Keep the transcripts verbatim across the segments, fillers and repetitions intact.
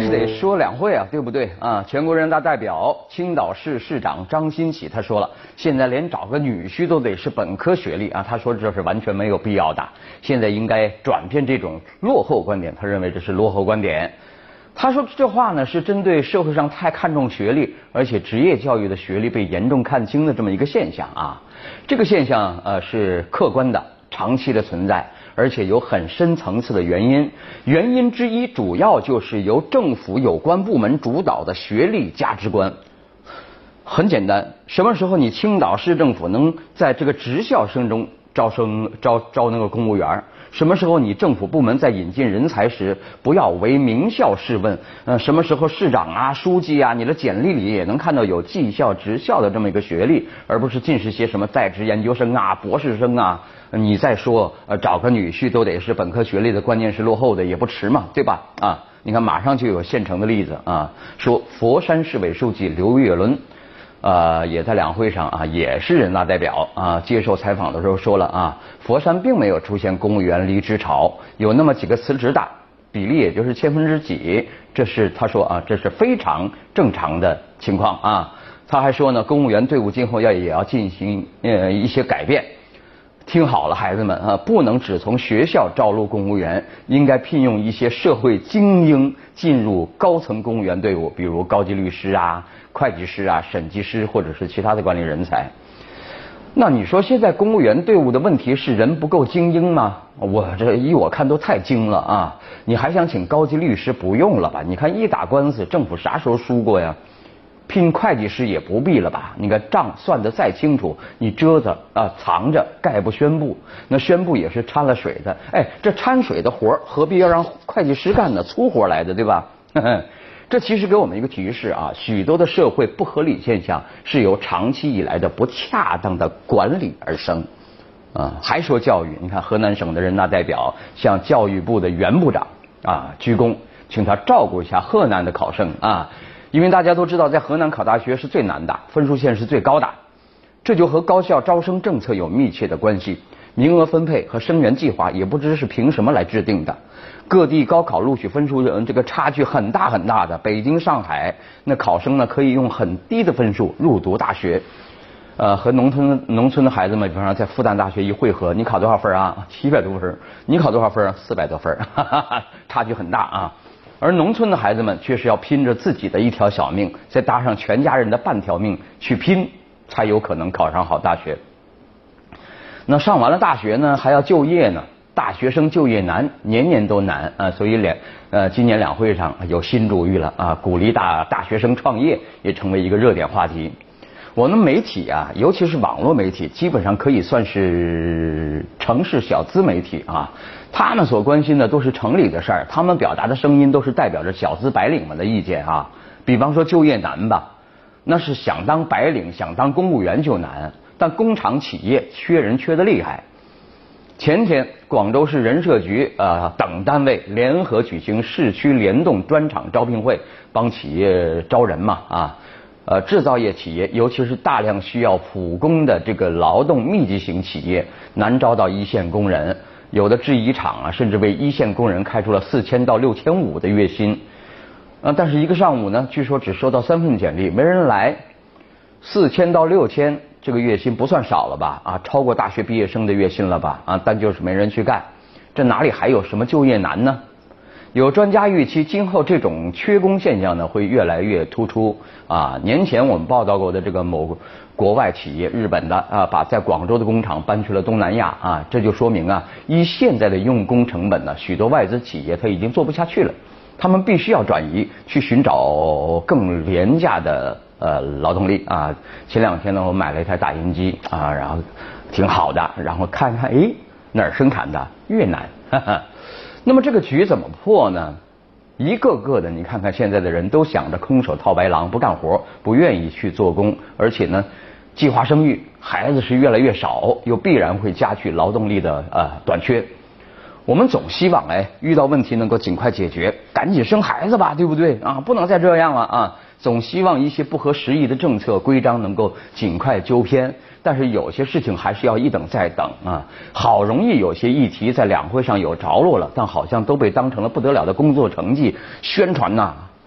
必得说两会啊，对不对啊？全国人大代表、青岛市市长张新启他说了，现在连找个女婿都得是本科学历啊，他说这是完全没有必要的，现在应该转变这种落后观点，他认为这是落后观点。他说这话呢是针对社会上太看重学历，而且职业教育的学历被严重看轻的这么一个现象啊。这个现象呃是客观的、长期的存在。而且有很深层次的原因，原因之一主要就是由政府有关部门主导的学历价值观。很简单，什么时候你青岛市政府能在这个职校生中招生招招那个公务员？什么时候你政府部门在引进人才时不要唯名校试问？呃，什么时候市长啊、书记啊，你的简历里也能看到有技校、职校的这么一个学历，而不是尽是些什么在职研究生啊、博士生啊。你再说呃找个女婿都得是本科学历的，观念是落后的，也不迟嘛，对吧？啊，你看马上就有现成的例子啊，说佛山市委书记刘月伦，呃，也在两会上啊，也是人大代表啊，接受采访的时候说了啊，佛山并没有出现公务员离职潮，有那么几个辞职的，比例也就是千分之几，这是他说啊，这是非常正常的情况啊。他还说呢，公务员队伍今后要也要进行呃一些改变。听好了，孩子们啊，不能只从学校招录公务员，应该聘用一些社会精英进入高层公务员队伍，比如高级律师啊、会计师啊、审计师或者是其他的管理人才。那你说现在公务员队伍的问题是人不够精英吗？我这依我看都太精了啊！你还想请高级律师不用了吧？你看一打官司，政府啥时候输过呀？聘会计师也不必了吧？你看账算得再清楚，你遮着啊、藏着，概不宣布，那宣布也是掺了水的。哎，这掺水的活何必要让会计师干呢？粗活来的，对吧？呵呵，这其实给我们一个提示啊，许多的社会不合理现象是由长期以来的不恰当的管理而生。啊，还说教育，你看河南省的人大代表向教育部的原部长啊鞠躬，请他照顾一下河南的考生啊。因为大家都知道，在河南考大学是最难的，分数线是最高的，这就和高校招生政策有密切的关系。名额分配和生源计划也不知是凭什么来制定的，各地高考录取分数这个差距很大很大的。北京、上海那考生呢可以用很低的分数入读大学，呃，和农村农村的孩子们，比方说在复旦大学一汇合，你考多少分啊？七百多分，你考多少分？四百多分，哈哈哈，差距很大啊。而农村的孩子们却是要拼着自己的一条小命，再搭上全家人的半条命去拼，才有可能考上好大学。那上完了大学呢，还要就业呢。大学生就业难，年年都难啊，所以两呃今年两会上有新主意了啊，鼓励大大学生创业也成为一个热点话题。我们媒体啊，尤其是网络媒体，基本上可以算是城市小资媒体啊。他们所关心的都是城里的事儿，他们表达的声音都是代表着小资白领们的意见啊。比方说就业难吧，那是想当白领、想当公务员就难，但工厂企业缺人缺得厉害。前天，广州市人社局呃等单位联合举行市区联动专场招聘会，帮企业招人嘛啊。呃，制造业企业，尤其是大量需要普工的这个劳动密集型企业，难招到一线工人。有的制衣厂啊，甚至为一线工人开出了四千到六千五的月薪。啊，但是一个上午呢，据说只收到三份简历，没人来。四千到六千，这个月薪不算少了吧？啊，超过大学毕业生的月薪了吧？啊，但就是没人去干，这哪里还有什么就业难呢？有专家预期，今后这种缺工现象呢会越来越突出啊。年前我们报道过的这个某国外企业，日本的啊，把在广州的工厂搬去了东南亚啊，这就说明啊，依现在的用工成本呢，许多外资企业它已经做不下去了，他们必须要转移去寻找更廉价的呃劳动力啊。前两天呢，我买了一台打印机啊，然后挺好的，然后看看，哎，哪儿生产的？越南，哈哈。那么这个局怎么破呢？一个个的，你看看现在的人都想着空手套白狼，不干活，不愿意去做工，而且呢，计划生育，孩子是越来越少，又必然会加剧劳动力的呃短缺。我们总希望哎，遇到问题能够尽快解决，赶紧生孩子吧，对不对啊？不能再这样了啊！总希望一些不合时宜的政策规章能够尽快纠偏。但是有些事情还是要一等再等啊！好容易有些议题在两会上有着落了，但好像都被当成了不得了的工作成绩宣传呐、啊，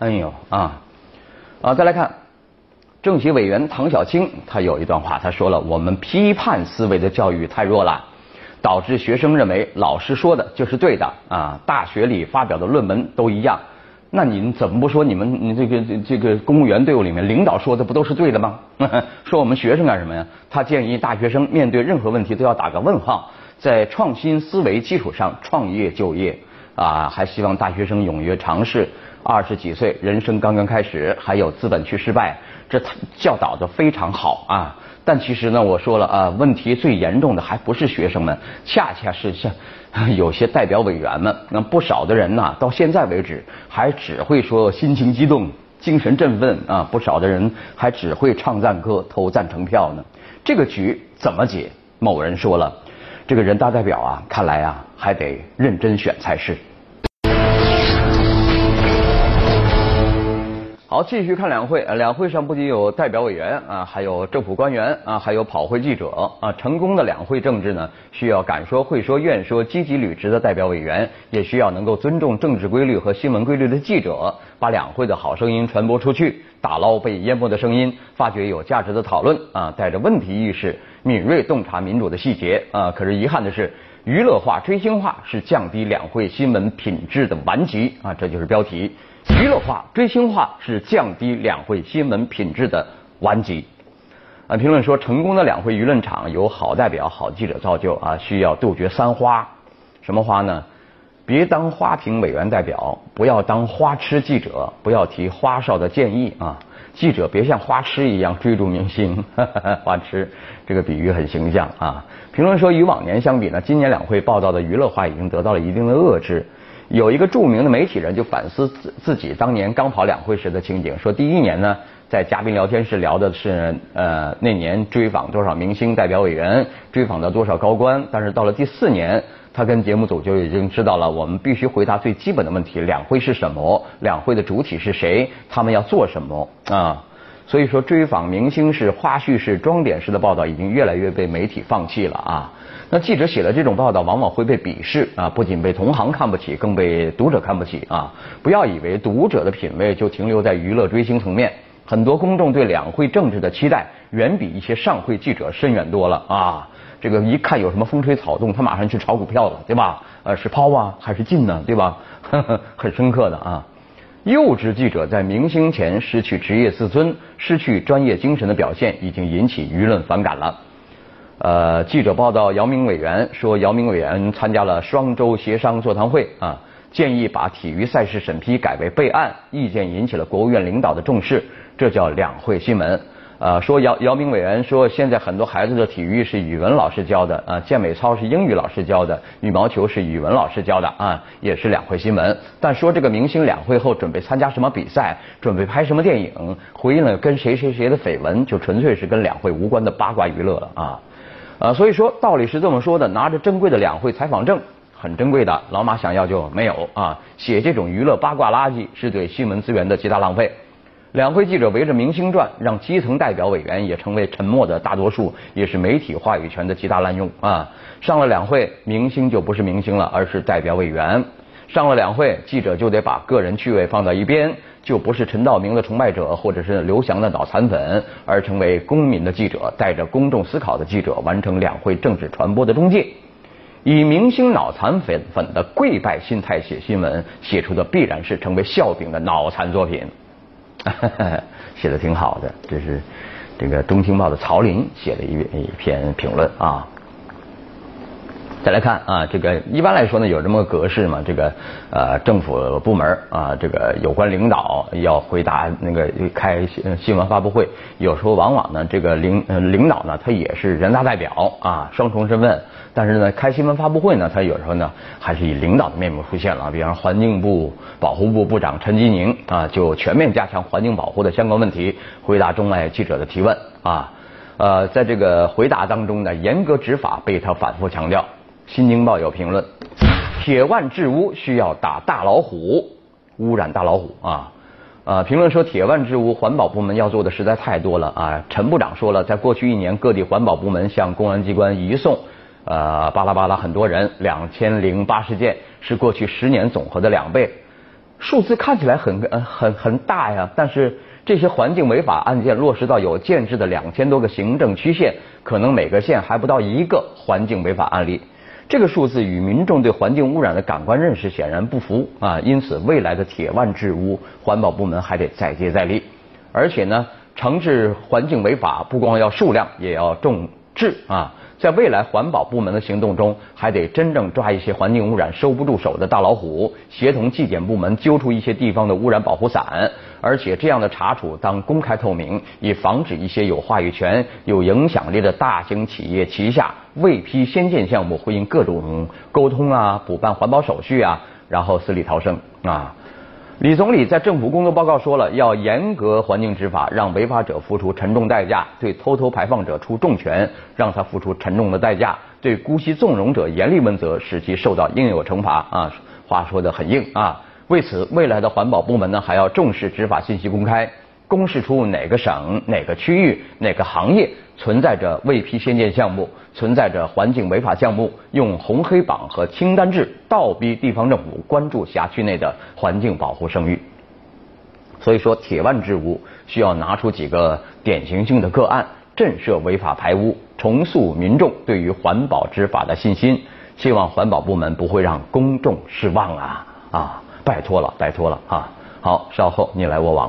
哎呦啊啊！再来看政协委员唐小青，他有一段话，他说了：我们批判思维的教育太弱了，导致学生认为老师说的就是对的啊。大学里发表的论文都一样，那你怎么不说你们你这个这个公务员队伍里面领导说的不都是对的吗？说我们学生干什么呀？他建议大学生面对任何问题都要打个问号，在创新思维基础上创业就业啊，还希望大学生踊跃尝试。二十几岁，人生刚刚开始，还有资本去失败，这教导的非常好啊。但其实呢，我说了啊，问题最严重的还不是学生们，恰恰是像有些代表委员们，那不少的人呢，到现在为止还只会说心情激动、精神振奋啊，不少的人还只会唱赞歌、投赞成票呢。这个局怎么解？某人说了，这个人大代表啊，看来啊还得认真选才是。好，继续看两会。呃，两会上不仅有代表委员啊，还有政府官员啊，还有跑会记者啊。成功的两会政治呢，需要敢说会说愿说、积极履职的代表委员，也需要能够尊重政治规律和新闻规律的记者，把两会的好声音传播出去，打捞被淹没的声音，发掘有价值的讨论啊，带着问题意识，敏锐洞察民主的细节啊。可是遗憾的是，娱乐化、追星化是降低两会新闻品质的顽疾啊，这就是标题。娱乐化、追星化是降低两会新闻品质的顽疾。啊，评论说，成功的两会舆论场由好代表、好记者造就啊，需要杜绝三花。什么花呢？别当花瓶委员代表，不要当花痴记者，不要提花哨的建议啊。记者别像花痴一样追逐明星，呵呵花痴这个比喻很形象啊。评论说，与往年相比呢，今年两会报道的娱乐化已经得到了一定的遏制。有一个著名的媒体人就反思自自己当年刚跑两会时的情景，说第一年呢，在嘉宾聊天室聊的是呃那年追访多少明星代表委员，追访到多少高官，但是到了第四年，他跟节目组就已经知道了，我们必须回答最基本的问题：两会是什么？两会的主体是谁？他们要做什么啊？所以说，追访明星式、花絮式、装点式的报道已经越来越被媒体放弃了啊。那记者写的这种报道往往会被鄙视啊，不仅被同行看不起，更被读者看不起啊。不要以为读者的品味就停留在娱乐追星层面，很多公众对两会政治的期待远比一些上会记者深远多了啊。这个一看有什么风吹草动，他马上去炒股票了，对吧？呃，是抛啊还是进呢？对吧？呵呵，很深刻的啊。幼稚记者在明星前失去职业自尊、失去专业精神的表现，已经引起舆论反感了。呃，记者报道，姚明委员说，姚明委员参加了双周协商座谈会啊，建议把体育赛事审批改为备案，意见引起了国务院领导的重视，这叫两会新闻。呃，说姚姚明委员说，现在很多孩子的体育是语文老师教的啊，健美操是英语老师教的，羽毛球是语文老师教的啊，也是两会新闻。但说这个明星两会后准备参加什么比赛，准备拍什么电影，回应了跟谁谁谁的绯闻，就纯粹是跟两会无关的八卦娱乐了啊。呃，所以说道理是这么说的，拿着珍贵的两会采访证，很珍贵的，老马想要就没有啊。写这种娱乐八卦垃圾是对新闻资源的极大浪费。两会记者围着明星转，让基层代表委员也成为沉默的大多数，也是媒体话语权的极大滥用啊。上了两会，明星就不是明星了，而是代表委员。上了两会，记者就得把个人趣味放到一边，就不是陈道明的崇拜者，或者是刘翔的脑残粉，而成为公民的记者，带着公众思考的记者，完成两会政治传播的中介。以明星脑残粉粉的跪拜心态写新闻，写出的必然是成为笑柄的脑残作品。写的挺好的，这是这个《中青报》的曹林写的一一篇评论啊。再来看啊，这个一般来说呢，有这么个格式嘛，这个呃政府部门啊，这个有关领导要回答那个开新闻发布会，有时候往往呢，这个领呃领导呢，他也是人大代表啊，双重身份。但是呢，开新闻发布会呢，他有时候呢还是以领导的面目出现了。比方说，环境部保护部部长陈吉宁啊，就全面加强环境保护的相关问题，回答中外记者的提问啊。呃，在这个回答当中呢，严格执法被他反复强调。新京报有评论：铁腕治污需要打大老虎，污染大老虎啊。呃，评论说铁腕治污，环保部门要做的实在太多了啊。陈部长说了，在过去一年，各地环保部门向公安机关移送。呃，巴拉巴拉很多人，两千零八十件，是过去十年总和的两倍。 数字看起来很呃很很大呀，但是这些环境违法案件落实到有建制的两千多个行政区县，可能每个县还不到一个环境违法案例。这个数字与民众对环境污染的感官认识显然不符啊，因此未来的铁腕治污，环保部门还得再接再厉。而且呢，惩治环境违法不光要数量，也要重质啊。在未来环保部门的行动中，还得真正抓一些环境污染收不住手的大老虎，协同纪检部门揪出一些地方的污染保护伞。而且这样的查处当公开透明，以防止一些有话语权、有影响力的大型企业旗下未批先建项目会因各种沟通啊、补办环保手续啊，然后死里逃生啊。李总理在政府工作报告说了，要严格环境执法，让违法者付出沉重代价；对偷偷排放者出重拳，让他付出沉重的代价；对姑息纵容者严厉问责，使其受到应有惩罚。啊，话说得很硬啊。为此，未来的环保部门呢，还要重视执法信息公开，公示出哪个省、哪个区域、哪个行业存在着未批先建项目，存在着环境违法项目，用红黑榜和清单制倒逼地方政府关注辖区内的环境保护声誉。所以说，铁腕治污需要拿出几个典型性的个案，震慑违法排污，重塑民众对于环保执法的信心。希望环保部门不会让公众失望啊啊！拜托了，拜托了啊！好，稍后你来我往。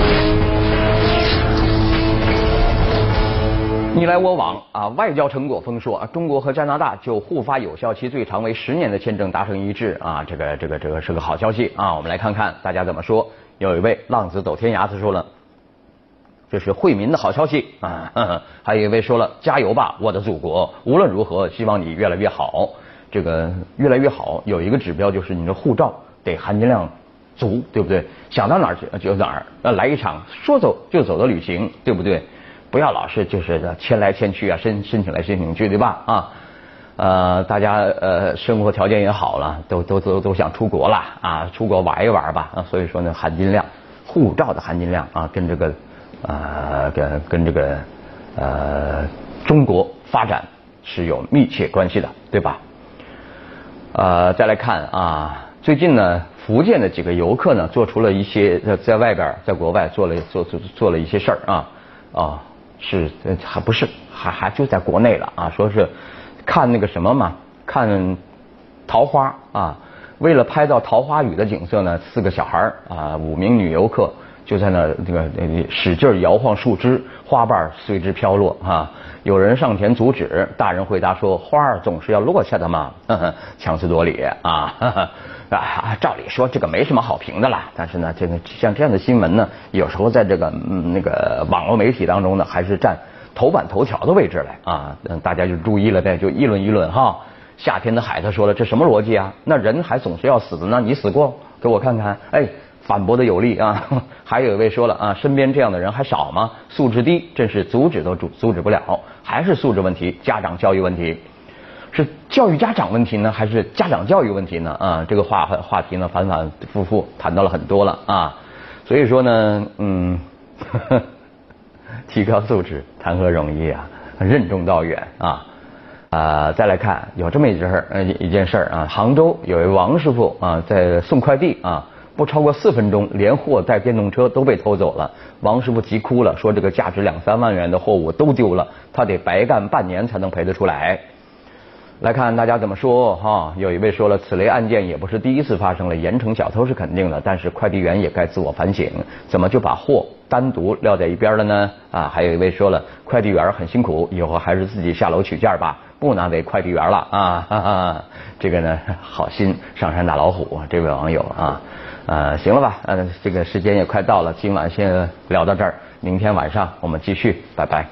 你来我往啊！外交成果丰硕啊！中国和加拿大就互发有效期最长为十年的签证达成一致啊！这个这个这个是个好消息啊！我们来看看大家怎么说。有一位浪子走天涯，他说了，这是惠民的好消息啊！呵呵还有一位说了，加油吧，我的祖国！无论如何，希望你越来越好。这个越来越好，有一个指标就是你的护照得含金量足，对不对？想到哪儿就就哪儿，呃，来一场说走就走的旅行，对不对？不要老是就是迁来迁去啊，申申请来申请去，对吧？啊，呃，大家呃生活条件也好了，都都都都想出国了啊，出国玩一玩吧啊，所以说呢，含金量，护照的含金量啊，跟这个呃跟跟这个呃中国发展是有密切关系的，对吧？呃，再来看啊，最近呢，福建的几个游客呢，做出了一些在在外边，在国外做了做做做了一些事儿啊啊，是还不是还还就在国内了啊，说是看那个什么嘛，看桃花啊，为了拍到桃花雨的景色呢，四个小孩啊，五名女游客就在那这个使劲摇晃树枝，花瓣随之飘落啊。有人上前阻止，大人回答说：“花儿总是要落下的嘛。”呵呵，强词夺理啊！呵呵啊，照理说这个没什么好评的啦。但是呢，这个像这样的新闻呢，有时候在这个嗯那个网络媒体当中呢，还是占头版头条的位置来啊。嗯，大家就注意了呗，就议论议论哈。夏天的海他说了，这什么逻辑啊？那人还总是要死的呢？你死过？给我看看。哎。反驳的有力啊！还有一位说了啊，身边这样的人还少吗？素质低，真是阻止都阻阻止不了，还是素质问题，家长教育问题，是教育家长问题呢，还是家长教育问题呢？啊，这个话话题呢反反复复谈到了很多了啊，所以说呢，嗯，呵呵提高素质谈何容易啊，任重道远啊。啊、呃，再来看有这么一件事儿，一件事儿啊，杭州有一位王师傅啊，在送快递啊。不超过四分钟，连货带电动车都被偷走了。王师傅急哭了，说这个价值两三万元的货物都丢了，他得白干半年才能赔得出来。来看大家怎么说哈，有一位说了，此类案件也不是第一次发生了，严惩小偷是肯定的，但是快递员也该自我反省，怎么就把货单独撂在一边了呢？啊，还有一位说了，快递员很辛苦，以后还是自己下楼取件吧，不难为快递员了啊！哈哈，这个呢，好心上山打老虎，这位网友啊。呃，行了吧，呃，这个时间也快到了，今晚先聊到这儿，明天晚上我们继续，拜拜。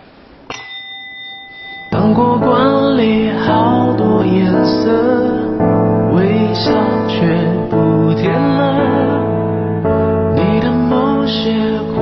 当过管里好多颜色，微笑却不甜了，你的某些